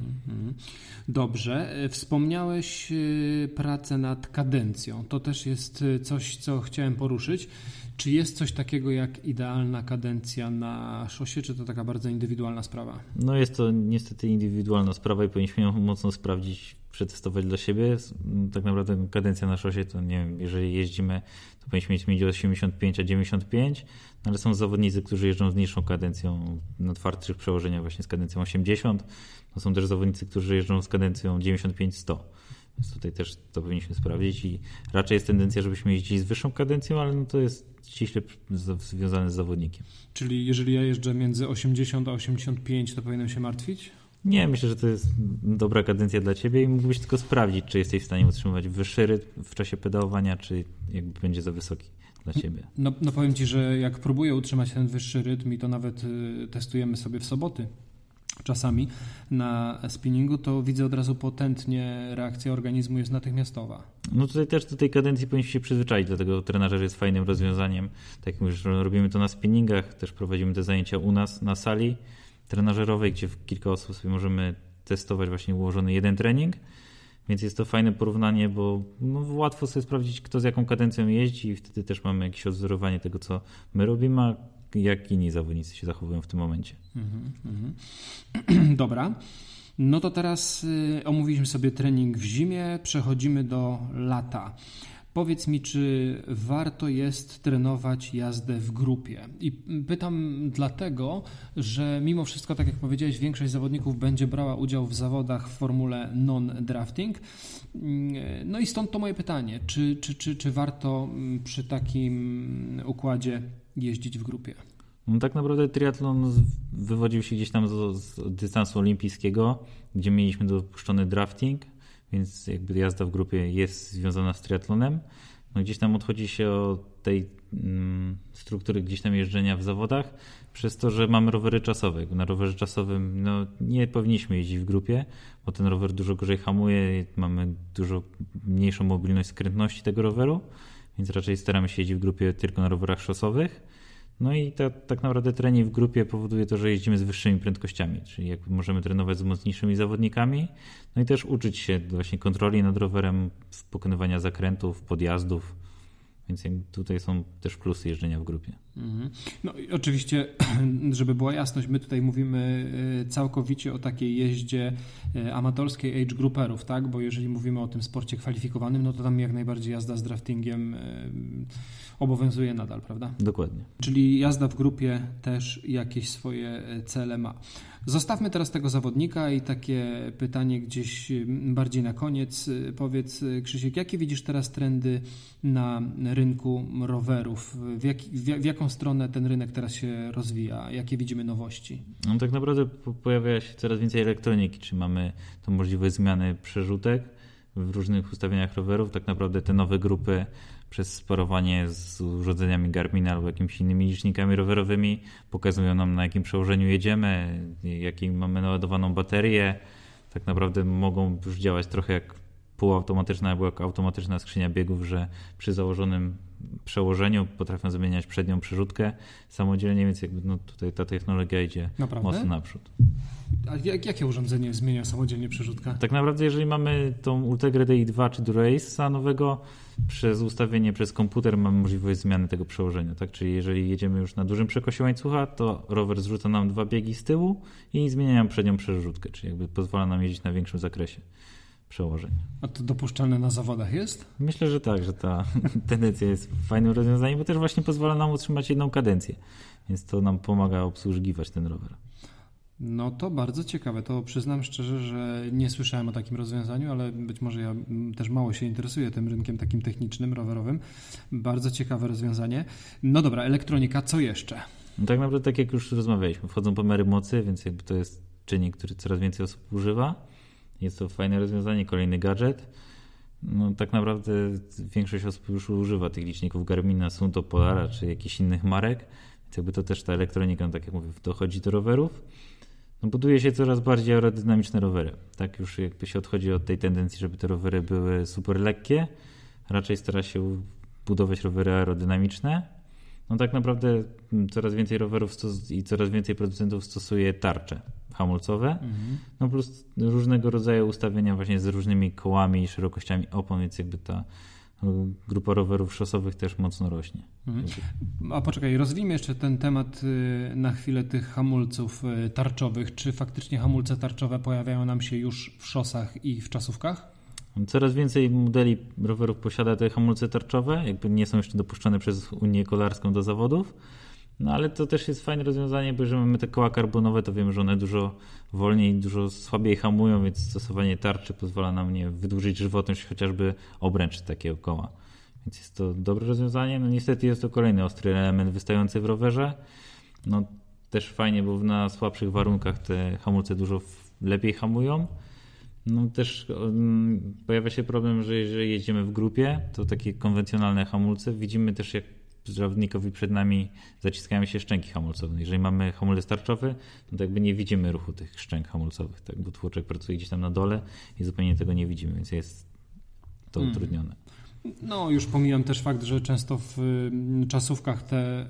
Dobrze. Wspomniałeś pracę nad kadencją. To też jest coś, co chciałem poruszyć. Czy jest coś takiego jak idealna kadencja na szosie, czy to taka bardzo indywidualna sprawa? No jest to niestety indywidualna sprawa i powinniśmy ją mocno sprawdzić, przetestować dla siebie. Tak naprawdę kadencja na szosie to nie wiem, jeżeli jeździmy, to powinniśmy mieć osiemdziesiąt pięć a dziewięćdziesiąt pięć, no ale są zawodnicy, którzy jeżdżą z niższą kadencją na twardszych przełożeniach właśnie z kadencją osiemdziesiąt. No są też zawodnicy, którzy jeżdżą z kadencją dziewięćdziesiąt pięć sto. Więc tutaj też to powinniśmy sprawdzić i raczej jest tendencja, żebyśmy jeździli z wyższą kadencją, ale no to jest ściśle związane z zawodnikiem. Czyli jeżeli ja jeżdżę między osiemdziesiąt a osiemdziesiąt pięć, to powinienem się martwić? Nie, myślę, że to jest dobra kadencja dla Ciebie i mógłbyś tylko sprawdzić, czy jesteś w stanie utrzymywać wyższy rytm w czasie pedałowania, czy jakby będzie za wysoki dla Ciebie. No, no powiem Ci, że jak próbuję utrzymać ten wyższy rytm i to nawet y, testujemy sobie w soboty czasami na spinningu, to widzę od razu potentnie, reakcja organizmu jest natychmiastowa. No tutaj też do tej kadencji powinniśmy się przyzwyczaić, dlatego trenażer jest fajnym rozwiązaniem. Tak jak mówisz, robimy to na spinningach, też prowadzimy te zajęcia u nas na sali trenażerowej, gdzie kilka osób sobie możemy testować właśnie ułożony jeden trening, więc jest to fajne porównanie, bo no, łatwo sobie sprawdzić, kto z jaką kadencją jeździ i wtedy też mamy jakieś odwzorowanie tego, co my robimy, a jak inni zawodnicy się zachowują w tym momencie. Mm-hmm. Dobra. No to teraz y, omówiliśmy sobie trening w zimie, przechodzimy do lata. Powiedz mi, czy warto jest trenować jazdę w grupie? I pytam dlatego, że mimo wszystko, tak jak powiedziałeś, większość zawodników będzie brała udział w zawodach w formule non-drafting. No i stąd to moje pytanie, czy, czy, czy, czy warto przy takim układzie jeździć w grupie? No tak naprawdę triatlon wywodził się gdzieś tam z, z dystansu olimpijskiego, gdzie mieliśmy dopuszczony drafting, więc jakby jazda w grupie jest związana z triatlonem. No gdzieś tam odchodzi się od tej mm, struktury gdzieś tam jeżdżenia w zawodach, przez to, że mamy rowery czasowe. Na rowerze czasowym no, nie powinniśmy jeździć w grupie, bo ten rower dużo gorzej hamuje, mamy dużo mniejszą mobilność skrętności tego roweru, więc raczej staramy się jeździć w grupie tylko na rowerach szosowych. No i ta, tak naprawdę trening w grupie powoduje to, że jeździmy z wyższymi prędkościami, czyli jakby możemy trenować z mocniejszymi zawodnikami, no i też uczyć się właśnie kontroli nad rowerem, pokonywania zakrętów, podjazdów, więc tutaj są też plusy jeżdżenia w grupie. No i oczywiście, żeby była jasność, my tutaj mówimy całkowicie o takiej jeździe amatorskiej age grouperów, tak? Bo jeżeli mówimy o tym sporcie kwalifikowanym, no to tam jak najbardziej jazda z draftingiem obowiązuje nadal, prawda? Dokładnie. Czyli jazda w grupie też jakieś swoje cele ma. Zostawmy teraz tego zawodnika i takie pytanie gdzieś bardziej na koniec. Powiedz, Krzysiek, jakie widzisz teraz trendy na rynku rowerów? W, jak, w jaką stronę ten rynek teraz się rozwija? Jakie widzimy nowości? No tak naprawdę pojawia się coraz więcej elektroniki, czy mamy tą możliwość zmiany przerzutek w różnych ustawieniach rowerów. Tak naprawdę te nowe grupy przez sparowanie z urządzeniami Garmina albo jakimiś innymi licznikami rowerowymi pokazują nam, na jakim przełożeniu jedziemy, jaką mamy naładowaną baterię. Tak naprawdę mogą już działać trochę jak półautomatyczna albo jak automatyczna skrzynia biegów, że przy założonym przełożeniu potrafią zmieniać przednią przerzutkę samodzielnie, więc jakby no tutaj ta technologia idzie Naprawdę? mocno naprzód. A jak, jakie urządzenie zmienia samodzielnie przerzutka? Tak naprawdę jeżeli mamy tą Ultegrę D I dwa czy Dura-Ace'a nowego, przez ustawienie przez komputer mamy możliwość zmiany tego przełożenia. Tak? Czyli jeżeli jedziemy już na dużym przekrosie łańcucha, to rower zrzuca nam dwa biegi z tyłu i zmienia nam przednią przerzutkę, czyli jakby pozwala nam jeździć na większym zakresie przełożeń. A to dopuszczalne na zawodach jest? Myślę, że tak, że ta tendencja jest fajnym rozwiązaniem, bo też właśnie pozwala nam utrzymać jedną kadencję, więc to nam pomaga obsługiwać ten rower. No to bardzo ciekawe. To przyznam szczerze, że nie słyszałem o takim rozwiązaniu, ale być może ja też mało się interesuję tym rynkiem takim technicznym, rowerowym. Bardzo ciekawe rozwiązanie. No dobra, elektronika, co jeszcze? No tak naprawdę tak jak już rozmawialiśmy, wchodzą pomiary mocy, więc jakby to jest czynnik, który coraz więcej osób używa. Jest to fajne rozwiązanie, kolejny gadżet. No tak naprawdę większość osób już używa tych liczników Garmina, Suunto, Polara czy jakichś innych marek, więc jakby to też ta elektronika, no tak jak mówię, dochodzi do rowerów. No buduje się coraz bardziej aerodynamiczne rowery. Tak już jakby się odchodzi od tej tendencji, żeby te rowery były super lekkie. Raczej stara się budować rowery aerodynamiczne. No tak naprawdę coraz więcej rowerów stos- i coraz więcej producentów stosuje tarcze hamulcowe. Mhm. No plus różnego rodzaju ustawienia właśnie z różnymi kołami i szerokościami opon, więc jakby ta grupa rowerów szosowych też mocno rośnie. Mhm. A poczekaj, rozwijmy jeszcze ten temat na chwilę tych hamulców tarczowych. Czy faktycznie hamulce tarczowe pojawiają nam się już w szosach i w czasówkach? Coraz więcej modeli rowerów posiada te hamulce tarczowe, jakby nie są jeszcze dopuszczone przez Unię Kolarską do zawodów, no ale to też jest fajne rozwiązanie, bo jeżeli mamy te koła karbonowe, to wiemy, że one dużo wolniej, dużo słabiej hamują, więc stosowanie tarczy pozwala nam nie wydłużyć żywotność chociażby obręczy takiego koła. Więc jest to dobre rozwiązanie. No niestety jest to kolejny ostry element wystający w rowerze. No też fajnie, bo na słabszych warunkach te hamulce dużo lepiej hamują. No też um, pojawia się problem, że jeżeli jedziemy w grupie, to takie konwencjonalne hamulce, widzimy też jak zawodnikowi przed nami zaciskają się szczęki hamulcowe. Jeżeli mamy hamulec tarczowy, no to jakby nie widzimy ruchu tych szczęk hamulcowych, tak? Bo tłoczek pracuje gdzieś tam na dole i zupełnie tego nie widzimy, więc jest to hmm. utrudnione. No już pomijam też fakt, że często w czasówkach te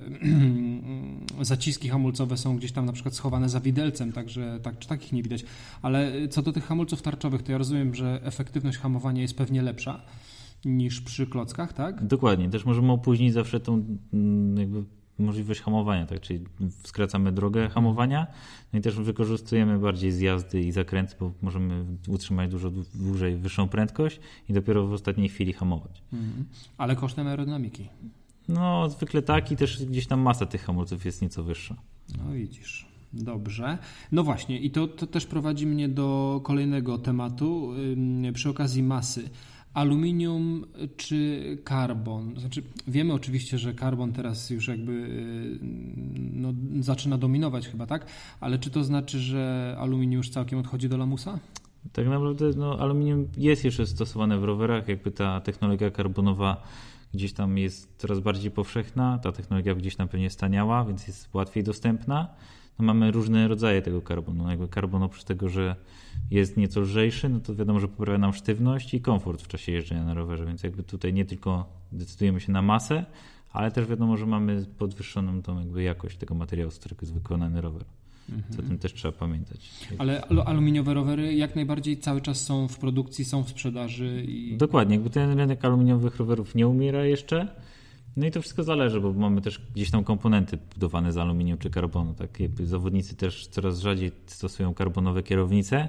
zaciski hamulcowe są gdzieś tam na przykład schowane za widelcem, także tak, czy takich nie widać. Ale co do tych hamulców tarczowych, to ja rozumiem, że efektywność hamowania jest pewnie lepsza niż przy klockach, tak? Dokładnie. Też możemy opóźnić zawsze tą jakby możliwość hamowania, tak? Czyli skracamy drogę hamowania, no i też wykorzystujemy bardziej zjazdy i zakręty, bo możemy utrzymać dużo dłużej wyższą prędkość i dopiero w ostatniej chwili hamować. Mhm. Ale kosztem aerodynamiki? No zwykle tak i też gdzieś tam masa tych hamulców jest nieco wyższa. No widzisz. Dobrze. No właśnie i to, to też prowadzi mnie do kolejnego tematu yy, przy okazji masy. Aluminium czy karbon? Znaczy, wiemy oczywiście, że karbon teraz już jakby no, zaczyna dominować chyba, tak? Ale czy to znaczy, że aluminium już całkiem odchodzi do lamusa? Tak naprawdę no, aluminium jest jeszcze stosowane w rowerach, jakby ta technologia karbonowa gdzieś tam jest coraz bardziej powszechna, ta technologia gdzieś tam pewnie staniała, więc jest łatwiej dostępna. No mamy różne rodzaje tego karbonu. Jakby karbon oprócz tego, że jest nieco lżejszy, no to wiadomo, że poprawia nam sztywność i komfort w czasie jeżdżenia na rowerze, więc jakby tutaj nie tylko decydujemy się na masę, ale też wiadomo, że mamy podwyższoną tą jakby jakość tego materiału, z którego jest wykonany rower. Co o tym też trzeba pamiętać. Ale aluminiowe rowery jak najbardziej cały czas są w produkcji, są w sprzedaży. I... Dokładnie, jakby ten rynek aluminiowych rowerów nie umiera jeszcze. No i to wszystko zależy, bo mamy też gdzieś tam komponenty budowane z aluminium czy karbonu. Tak jakby zawodnicy też coraz rzadziej stosują karbonowe kierownice.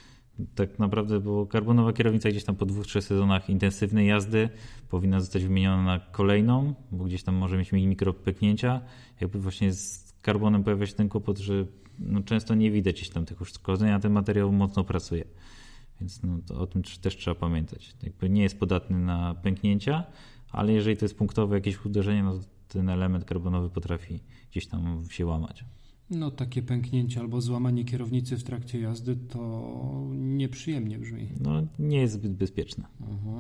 Tak naprawdę, bo karbonowa kierownica gdzieś tam po dwóch, trzech sezonach intensywnej jazdy powinna zostać wymieniona na kolejną, bo gdzieś tam może mieć mikropęknięcia. Jakby właśnie z karbonem pojawia się ten kłopot, że no często nie widać gdzieś tam tych uszkodzeń, a ten materiał mocno pracuje. Więc no to o tym też trzeba pamiętać. Jakby nie jest podatny na pęknięcia, ale jeżeli to jest punktowe jakieś uderzenie, no to ten element karbonowy potrafi gdzieś tam się łamać. No takie pęknięcie albo złamanie kierownicy w trakcie jazdy to nieprzyjemnie brzmi. No nie jest zbyt bezpieczne. Uh-huh.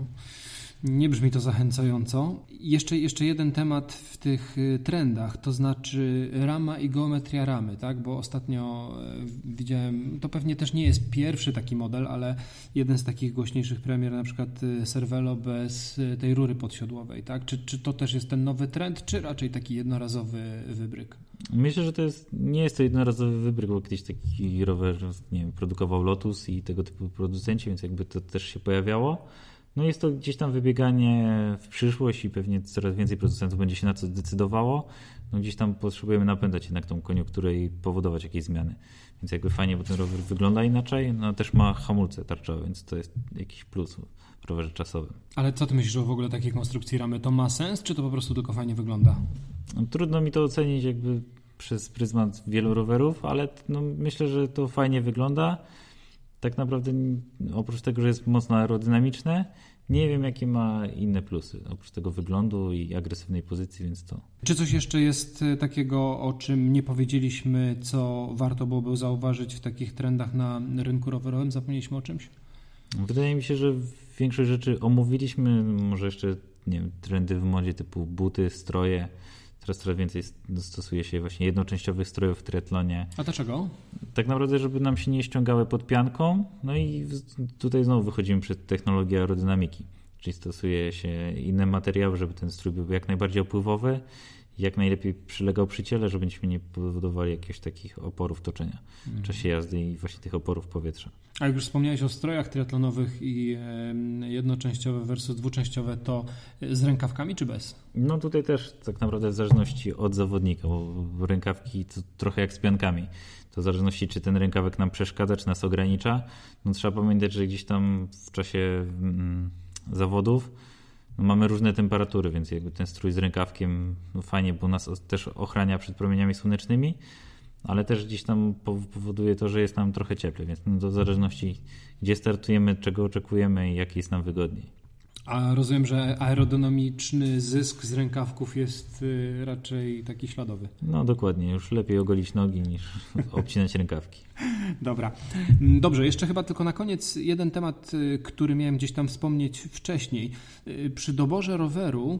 Nie brzmi to zachęcająco. Jeszcze, jeszcze jeden temat w tych trendach, to znaczy rama i geometria ramy, tak? Bo ostatnio widziałem, to pewnie też nie jest pierwszy taki model, ale jeden z takich głośniejszych premier, na przykład Cervelo bez tej rury podsiodłowej, tak? Czy, czy to też jest ten nowy trend, czy raczej taki jednorazowy wybryk? Myślę, że to jest, nie jest to jednorazowy wybryk, bo kiedyś taki rower, nie wiem, produkował Lotus i tego typu producenci, więc jakby to też się pojawiało. No jest to gdzieś tam wybieganie w przyszłość i pewnie coraz więcej producentów będzie się na to decydowało. No gdzieś tam potrzebujemy napędzać jednak tą koniunkturę i powodować jakieś zmiany. Więc jakby fajnie, bo ten rower wygląda inaczej, no też ma hamulce tarczowe, więc to jest jakiś plus w rowerze czasowym. Ale co ty myślisz o w ogóle takiej konstrukcji ramy? To ma sens, czy to po prostu tylko fajnie wygląda? No, trudno mi to ocenić jakby przez pryzmat wielu rowerów, ale no, myślę, że to fajnie wygląda. Tak naprawdę oprócz tego, że jest mocno aerodynamiczne, nie wiem jakie ma inne plusy, oprócz tego wyglądu i agresywnej pozycji, więc to... Czy coś jeszcze jest takiego, o czym nie powiedzieliśmy, co warto byłoby zauważyć w takich trendach na rynku rowerowym? Zapomnieliśmy o czymś? Wydaje mi się, że większość rzeczy omówiliśmy, może jeszcze nie wiem, trendy w modzie typu buty, stroje. Teraz coraz więcej stosuje się właśnie jednoczęściowych strojów w triatlonie. A dlaczego? Tak naprawdę, żeby nam się nie ściągały pod pianką. No i tutaj znowu wychodzimy przez technologię aerodynamiki. Czyli stosuje się inne materiały, żeby ten strój był jak najbardziej opływowy, jak najlepiej przylegał przy ciele, żebyśmy nie powodowali jakichś takich oporów toczenia w czasie jazdy i właśnie tych oporów powietrza. A jak już wspomniałeś o strojach triatlonowych i jednoczęściowe versus dwuczęściowe, to z rękawkami czy bez? No tutaj też tak naprawdę w zależności od zawodnika, bo rękawki to trochę jak z piankami. To w zależności czy ten rękawek nam przeszkadza, czy nas ogranicza. No trzeba pamiętać, że gdzieś tam w czasie mm, zawodów no mamy różne temperatury, więc jakby ten strój z rękawkiem no fajnie, bo nas też ochrania przed promieniami słonecznymi, ale też gdzieś tam powoduje to, że jest nam trochę cieplej, więc no to w zależności gdzie startujemy, czego oczekujemy i jak jest nam wygodniej. A rozumiem, że aerodynamiczny zysk z rękawków jest raczej taki śladowy. No dokładnie, już lepiej ogolić nogi niż obcinać rękawki. Dobra. Dobrze, jeszcze chyba tylko na koniec jeden temat, który miałem gdzieś tam wspomnieć wcześniej. Przy doborze roweru,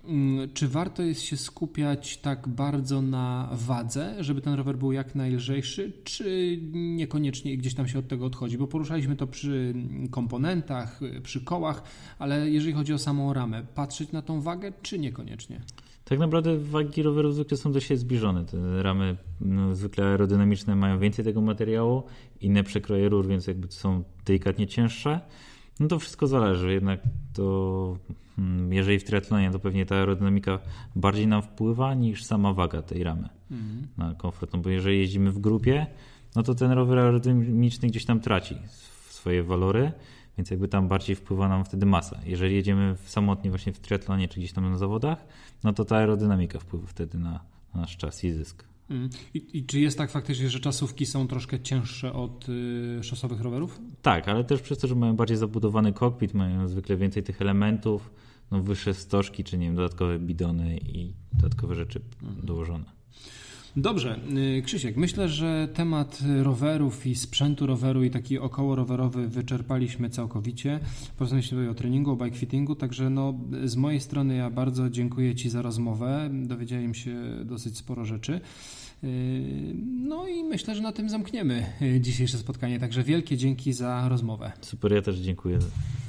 czy warto jest się skupiać tak bardzo na wadze, żeby ten rower był jak najlżejszy, czy niekoniecznie gdzieś tam się od tego odchodzi? Bo poruszaliśmy to przy komponentach, przy kołach, ale jeżeli chodzi o samą ramę, patrzeć na tą wagę, czy niekoniecznie? Tak naprawdę wagi rowerów zwykle są do siebie zbliżone. Te ramy no, zwykle aerodynamiczne mają więcej tego materiału, inne przekroje rur, więc jakby są delikatnie cięższe. No to wszystko zależy. Jednak to jeżeli w triatlonie, to pewnie ta aerodynamika bardziej nam wpływa niż sama waga tej ramy mhm. na komfort. No bo jeżeli jeździmy w grupie, no to ten rower aerodynamiczny gdzieś tam traci swoje walory, więc jakby tam bardziej wpływa nam wtedy masa. Jeżeli jedziemy samotnie właśnie w triatlonie czy gdzieś tam na zawodach, no to ta aerodynamika wpływa wtedy na, na nasz czas i zysk. Mm. I, I czy jest tak faktycznie, że czasówki są troszkę cięższe od y, szosowych rowerów? Tak, ale też przez to, że mają bardziej zabudowany kokpit, mają zwykle więcej tych elementów, no wyższe stożki, czy nie wiem, dodatkowe bidony i dodatkowe rzeczy mm. dołożone. Dobrze, Krzysiek, myślę, że temat rowerów i sprzętu roweru i taki około rowerowy wyczerpaliśmy całkowicie. Porozmawialiśmy tutaj o treningu, o bikefittingu, także no, z mojej strony ja bardzo dziękuję Ci za rozmowę. Dowiedziałem się dosyć sporo rzeczy. No i myślę, że na tym zamkniemy dzisiejsze spotkanie, także wielkie dzięki za rozmowę. Super, ja też dziękuję.